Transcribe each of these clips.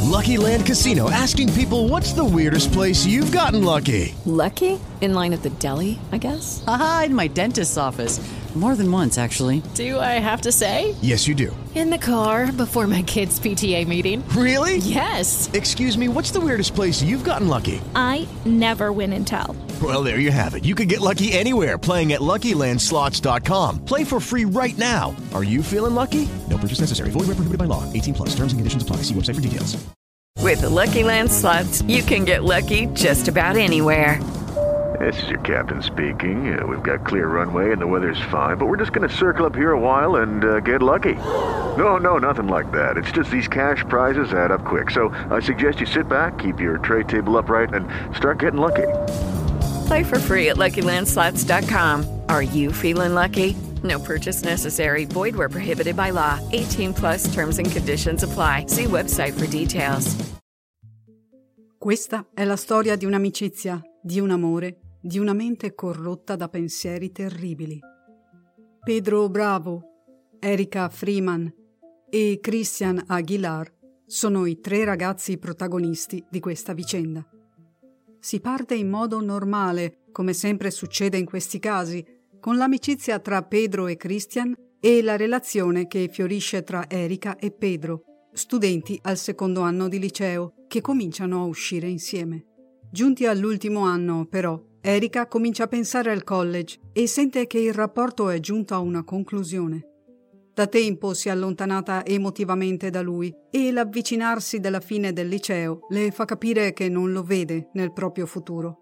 Lucky Land Casino, asking people, what's the weirdest place you've gotten lucky? Lucky? In line at the deli, I guess? Aha, in my dentist's office. More than once, actually. Do I have to say? Yes, you do. In the car before my kids' PTA meeting. Really? Yes. Excuse me, what's the weirdest place you've gotten lucky? I never win and tell. Well, there you have it. You can get lucky anywhere, playing at LuckyLandSlots.com. Play for free right now. Are you feeling lucky? No purchase necessary. Void where prohibited by law. 18 plus. Terms and conditions apply. See website for details. With the Lucky Land Slots, you can get lucky just about anywhere. This is your captain speaking. We've got clear runway and the weather's fine, but we're just going to circle up here a while and get lucky. No, nothing like that. It's just these cash prizes add up quick. So I suggest you sit back, keep your tray table upright, and start getting lucky. Play for free at LuckyLandSlots.com. Are you feeling lucky? No purchase necessary. Void where prohibited by law. 18 plus terms and conditions apply. See website for details. Questa è la storia di un'amicizia, di un amore, di una mente corrotta da pensieri terribili. Pedro Bravo, Erika Freeman e Christian Aguilar sono i 3 ragazzi protagonisti di questa vicenda. Si parte in modo normale, come sempre succede in questi casi, con l'amicizia tra Pedro e Christian e la relazione che fiorisce tra Erika e Pedro, studenti al secondo anno di liceo, che cominciano a uscire insieme. Giunti all'ultimo anno, però, Erika comincia a pensare al college e sente che il rapporto è giunto a una conclusione. Da tempo si è allontanata emotivamente da lui e l'avvicinarsi della fine del liceo le fa capire che non lo vede nel proprio futuro.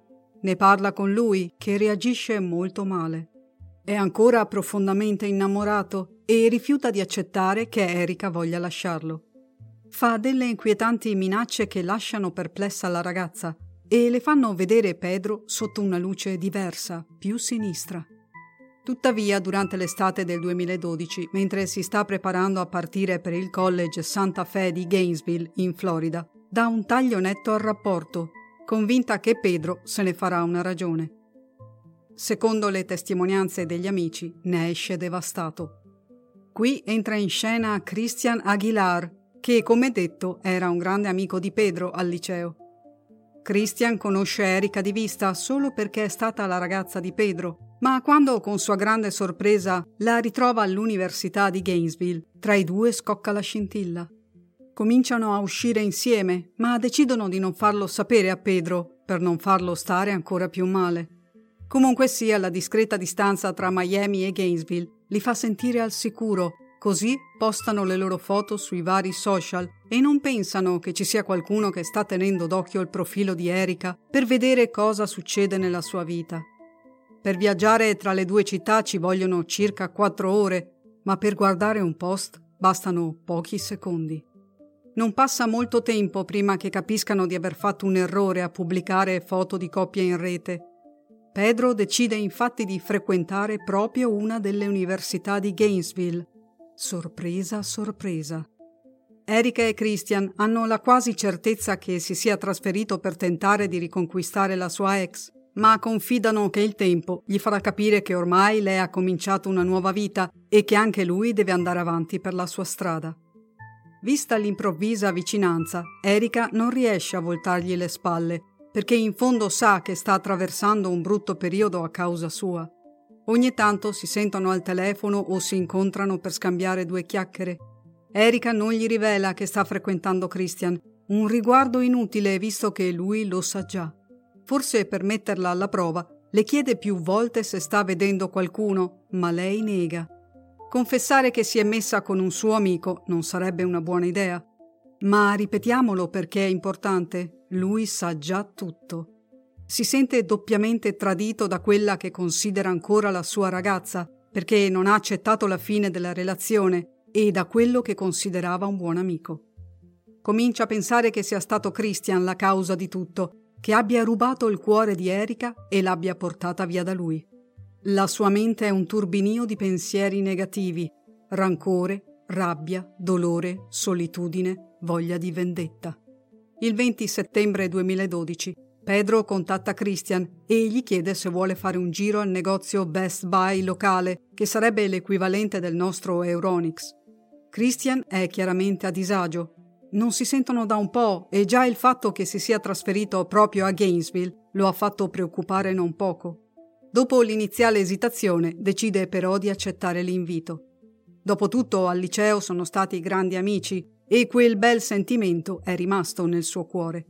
Ne parla con lui, che reagisce molto male. È ancora profondamente innamorato e rifiuta di accettare che Erika voglia lasciarlo. Fa delle inquietanti minacce che lasciano perplessa la ragazza e le fanno vedere Pedro sotto una luce diversa, più sinistra. Tuttavia, durante l'estate del 2012, mentre si sta preparando a partire per il college Santa Fe di Gainesville, in Florida, dà un taglio netto al rapporto, convinta che Pedro se ne farà una ragione. Secondo le testimonianze degli amici, ne esce devastato. Qui entra in scena Christian Aguilar, che, come detto, era un grande amico di Pedro al liceo. Christian conosce Erika di vista solo perché è stata la ragazza di Pedro, ma quando, con sua grande sorpresa, la ritrova all'università di Gainesville, tra i due scocca la scintilla. Cominciano a uscire insieme, ma decidono di non farlo sapere a Pedro, per non farlo stare ancora più male. Comunque sia, la discreta distanza tra Miami e Gainesville li fa sentire al sicuro, così postano le loro foto sui vari social e non pensano che ci sia qualcuno che sta tenendo d'occhio il profilo di Erika per vedere cosa succede nella sua vita. Per viaggiare tra le due città ci vogliono circa 4 ore, ma per guardare un post bastano pochi secondi. Non passa molto tempo prima che capiscano di aver fatto un errore a pubblicare foto di coppia in rete. Pedro decide infatti di frequentare proprio una delle università di Gainesville. Sorpresa, sorpresa. Erika e Christian hanno la quasi certezza che si sia trasferito per tentare di riconquistare la sua ex, ma confidano che il tempo gli farà capire che ormai lei ha cominciato una nuova vita e che anche lui deve andare avanti per la sua strada. Vista l'improvvisa vicinanza, Erika non riesce a voltargli le spalle, perché in fondo sa che sta attraversando un brutto periodo a causa sua. Ogni tanto si sentono al telefono o si incontrano per scambiare 2 chiacchiere. Erika non gli rivela che sta frequentando Christian, un riguardo inutile visto che lui lo sa già. Forse per metterla alla prova, le chiede più volte se sta vedendo qualcuno, ma lei nega. Confessare che si è messa con un suo amico non sarebbe una buona idea. Ma ripetiamolo perché è importante, lui sa già tutto. Si sente doppiamente tradito da quella che considera ancora la sua ragazza, perché non ha accettato la fine della relazione, e da quello che considerava un buon amico. Comincia a pensare che sia stato Christian la causa di tutto, che abbia rubato il cuore di Erika e l'abbia portata via da lui. La sua mente è un turbinio di pensieri negativi, rancore, rabbia, dolore, solitudine, voglia di vendetta. Il 20 settembre 2012 Pedro contatta Christian e gli chiede se vuole fare un giro al negozio Best Buy locale, che sarebbe l'equivalente del nostro Euronics. Christian è chiaramente a disagio. Non si sentono da un po' e già il fatto che si sia trasferito proprio a Gainesville lo ha fatto preoccupare non poco. Dopo l'iniziale esitazione, decide però di accettare l'invito. Dopotutto al liceo sono stati grandi amici e quel bel sentimento è rimasto nel suo cuore.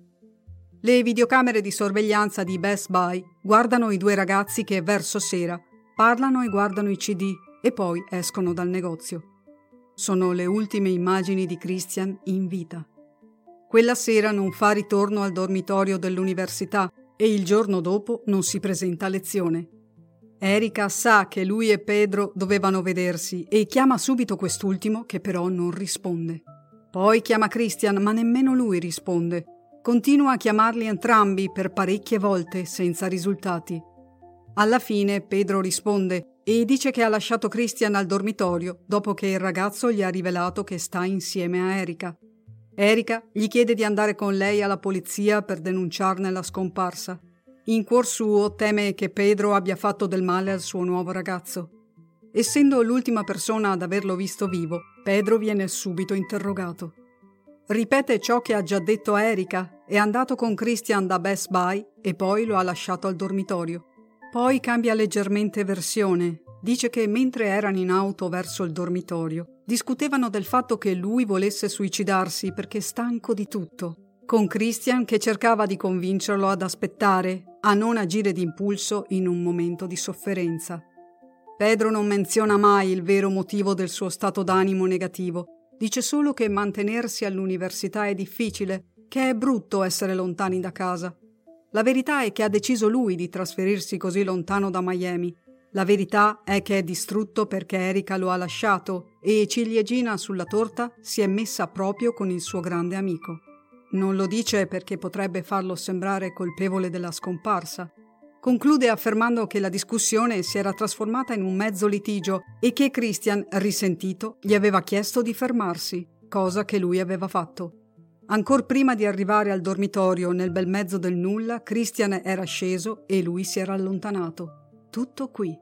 Le videocamere di sorveglianza di Best Buy guardano i due ragazzi che verso sera parlano e guardano i CD e poi escono dal negozio. Sono le ultime immagini di Christian in vita. Quella sera non fa ritorno al dormitorio dell'università e il giorno dopo non si presenta a lezione. Erika sa che lui e Pedro dovevano vedersi e chiama subito quest'ultimo che però non risponde. Poi chiama Christian ma nemmeno lui risponde. Continua a chiamarli entrambi per parecchie volte senza risultati. Alla fine Pedro risponde e dice che ha lasciato Christian al dormitorio dopo che il ragazzo gli ha rivelato che sta insieme a Erika. Erika gli chiede di andare con lei alla polizia per denunciarne la scomparsa. In cuor suo teme che Pedro abbia fatto del male al suo nuovo ragazzo. Essendo l'ultima persona ad averlo visto vivo, Pedro viene subito interrogato. Ripete ciò che ha già detto a Erika, è andato con Christian da Best Buy e poi lo ha lasciato al dormitorio. Poi cambia leggermente versione. Dice che mentre erano in auto verso il dormitorio, discutevano del fatto che lui volesse suicidarsi perché è stanco di tutto, con Christian che cercava di convincerlo ad aspettare, a non agire d'impulso in un momento di sofferenza. Pedro non menziona mai il vero motivo del suo stato d'animo negativo, dice solo che mantenersi all'università è difficile, che è brutto essere lontani da casa. La verità è che ha deciso lui di trasferirsi così lontano da Miami. La verità è che è distrutto perché Erika lo ha lasciato e ciliegina sulla torta si è messa proprio con il suo grande amico. Non lo dice perché potrebbe farlo sembrare colpevole della scomparsa. Conclude affermando che la discussione si era trasformata in un mezzo litigio e che Christian, risentito, gli aveva chiesto di fermarsi, cosa che lui aveva fatto. Ancor prima di arrivare al dormitorio, nel bel mezzo del nulla, Christian era sceso e lui si era allontanato. Tutto qui.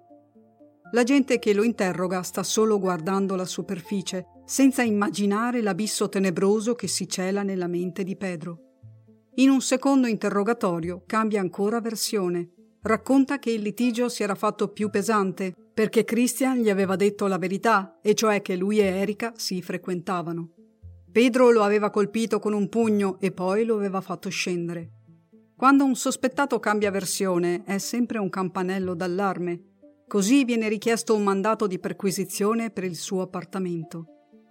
La gente che lo interroga sta solo guardando la superficie, senza immaginare l'abisso tenebroso che si cela nella mente di Pedro. In un secondo interrogatorio cambia ancora versione. Racconta che il litigio si era fatto più pesante perché Christian gli aveva detto la verità, e cioè che lui e Erika si frequentavano. Pedro lo aveva colpito con un pugno e poi lo aveva fatto scendere. Quando un sospettato cambia versione è sempre un campanello d'allarme. Così viene richiesto un mandato di perquisizione per il suo appartamento.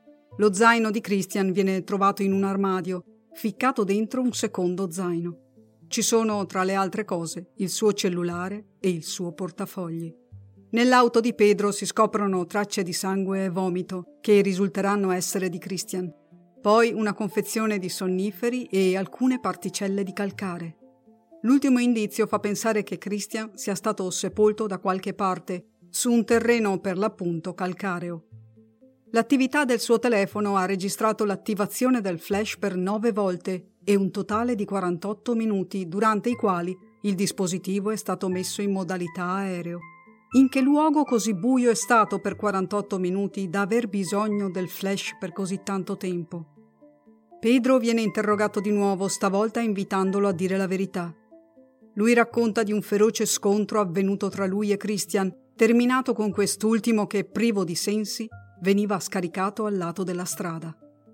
Lo zaino di Christian viene trovato in un armadio, ficcato dentro un secondo zaino. Ci sono, tra le altre cose, il suo cellulare e il suo portafogli. Nell'auto di Pedro si scoprono tracce di sangue e vomito, che risulteranno essere di Christian. Poi una confezione di sonniferi e alcune particelle di calcare. L'ultimo indizio fa pensare che Christian sia stato sepolto da qualche parte, su un terreno per l'appunto calcareo. L'attività del suo telefono ha registrato l'attivazione del flash per 9 volte e un totale di 48 minuti, durante i quali il dispositivo è stato messo in modalità aereo. In che luogo così buio è stato per 48 minuti da aver bisogno del flash per così tanto tempo? Pedro viene interrogato di nuovo, stavolta invitandolo a dire la verità. Lui racconta di un feroce scontro avvenuto tra lui e Christian, terminato con quest'ultimo che, privo di sensi, veniva scaricato al lato della strada.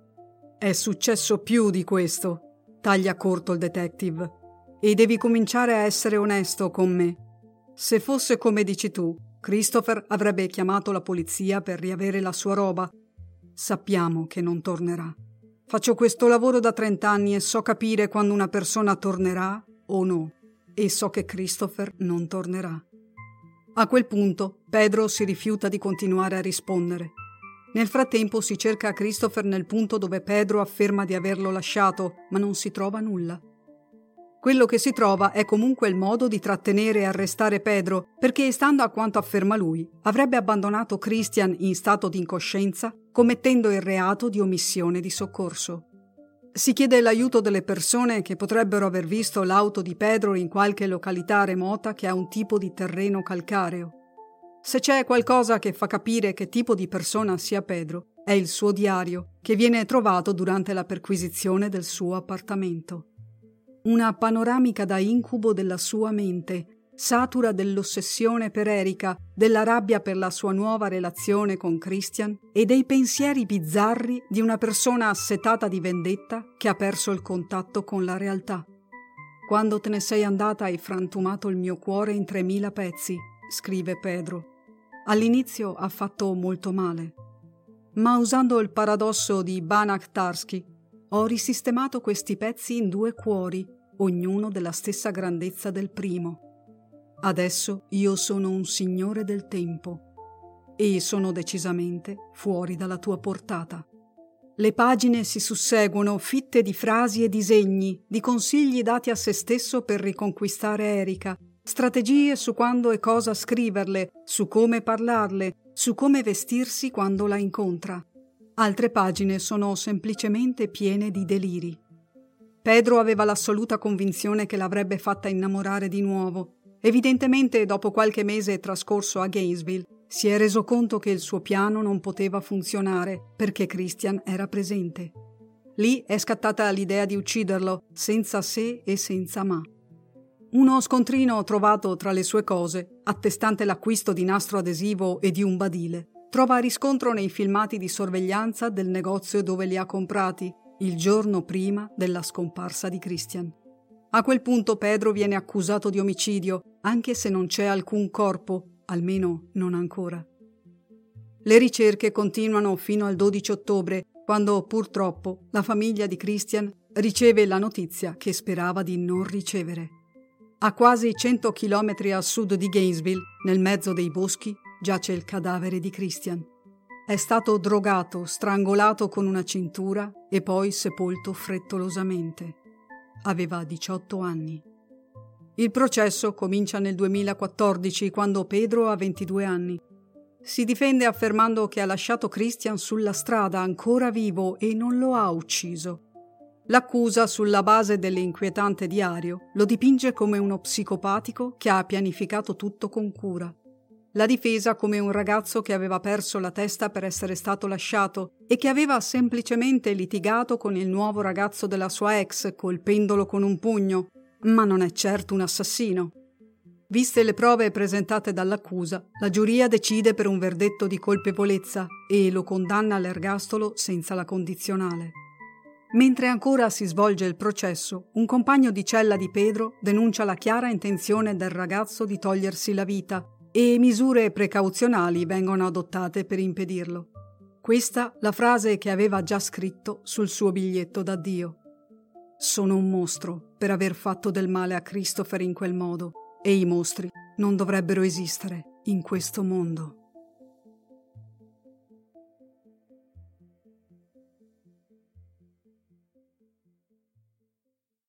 È successo più di questo, taglia corto il detective, e devi cominciare a essere onesto con me. Se fosse come dici tu, Christopher avrebbe chiamato la polizia per riavere la sua roba. Sappiamo che non tornerà. Faccio questo lavoro da 30 anni e so capire quando una persona tornerà o no, e so che Christopher non tornerà. A quel punto Pedro si rifiuta di continuare a rispondere. Nel frattempo si cerca Christopher nel punto dove Pedro afferma di averlo lasciato, ma non si trova nulla. Quello che si trova è comunque il modo di trattenere e arrestare Pedro, perché, stando a quanto afferma lui, avrebbe abbandonato Christian in stato di incoscienza, commettendo il reato di omissione di soccorso. Si chiede l'aiuto delle persone che potrebbero aver visto l'auto di Pedro in qualche località remota che ha un tipo di terreno calcareo. Se c'è qualcosa che fa capire che tipo di persona sia Pedro, è il suo diario, che viene trovato durante la perquisizione del suo appartamento. Una panoramica da incubo della sua mente, satura dell'ossessione per Erika, della rabbia per la sua nuova relazione con Christian e dei pensieri bizzarri di una persona assetata di vendetta che ha perso il contatto con la realtà. «Quando te ne sei andata hai frantumato il mio cuore in 3000 pezzi», scrive Pedro. All'inizio ha fatto molto male. Ma usando il paradosso di Banach-Tarski, ho risistemato questi pezzi in 2 cuori, ognuno della stessa grandezza del primo. Adesso io sono un signore del tempo e sono decisamente fuori dalla tua portata. Le pagine si susseguono fitte di frasi e disegni, di consigli dati a se stesso per riconquistare Erika, strategie su quando e cosa scriverle, su come parlarle, su come vestirsi quando la incontra. Altre pagine sono semplicemente piene di deliri. Pedro aveva l'assoluta convinzione che l'avrebbe fatta innamorare di nuovo. Evidentemente, dopo qualche mese trascorso a Gainesville, si è reso conto che il suo piano non poteva funzionare perché Christian era presente. Lì è scattata l'idea di ucciderlo, senza se e senza ma. Uno scontrino trovato tra le sue cose, attestante l'acquisto di nastro adesivo e di un badile, trova riscontro nei filmati di sorveglianza del negozio dove li ha comprati, il giorno prima della scomparsa di Christian. A quel punto Pedro viene accusato di omicidio, anche se non c'è alcun corpo, almeno non ancora. Le ricerche continuano fino al 12 ottobre, quando purtroppo la famiglia di Christian riceve la notizia che sperava di non ricevere. A quasi 100 chilometri a sud di Gainesville, nel mezzo dei boschi, giace il cadavere di Christian. È stato drogato, strangolato con una cintura e poi sepolto frettolosamente. Aveva 18 anni. Il processo comincia nel 2014, quando Pedro ha 22 anni. Si difende affermando che ha lasciato Christian sulla strada ancora vivo e non lo ha ucciso. L'accusa, sulla base dell'inquietante diario, lo dipinge come uno psicopatico che ha pianificato tutto con cura. La difesa come un ragazzo che aveva perso la testa per essere stato lasciato e che aveva semplicemente litigato con il nuovo ragazzo della sua ex, colpendolo con un pugno, ma non è certo un assassino. Viste le prove presentate dall'accusa, la giuria decide per un verdetto di colpevolezza e lo condanna all'ergastolo senza la condizionale. Mentre ancora si svolge il processo, un compagno di cella di Pedro denuncia la chiara intenzione del ragazzo di togliersi la vita e misure precauzionali vengono adottate per impedirlo. Questa la frase che aveva già scritto sul suo biglietto d'addio. Sono un mostro per aver fatto del male a Christopher in quel modo e i mostri non dovrebbero esistere in questo mondo.